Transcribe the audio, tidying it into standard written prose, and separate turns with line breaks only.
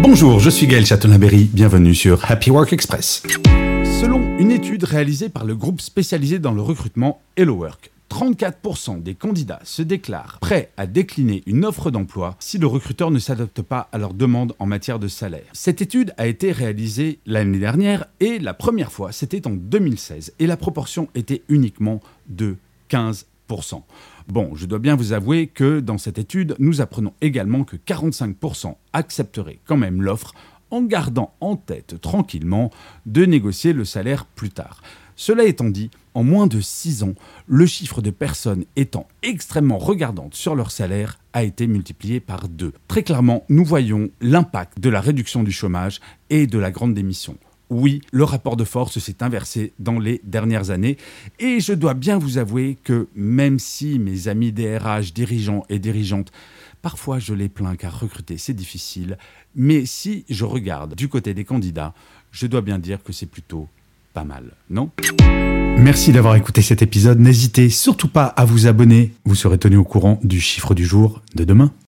Bonjour, je suis Gaël Chatonaberry, bienvenue sur Happy Work Express. Selon une étude réalisée par le groupe spécialisé dans le recrutement Hello Work, 34% des candidats se déclarent prêts à décliner une offre d'emploi si le recruteur ne s'adapte pas à leurs demandes en matière de salaire. Cette étude a été réalisée l'année dernière et la première fois c'était en 2016 et la proportion était uniquement de 15%. Bon, je dois bien vous avouer que dans cette étude, nous apprenons également que 45% accepteraient quand même l'offre en gardant en tête tranquillement de négocier le salaire plus tard. Cela étant dit, en moins de 6 ans, le chiffre de personnes étant extrêmement regardantes sur leur salaire a été multiplié par 2. Très clairement, nous voyons l'impact de la réduction du chômage et de la grande démission. Oui, le rapport de force s'est inversé dans les dernières années et je dois bien vous avouer que même si mes amis DRH, dirigeants et dirigeantes, parfois je les plains car recruter c'est difficile, mais si je regarde du côté des candidats, je dois bien dire que c'est plutôt pas mal, non ? Merci d'avoir écouté cet épisode, n'hésitez surtout pas à vous abonner, vous serez tenu au courant du chiffre du jour de demain.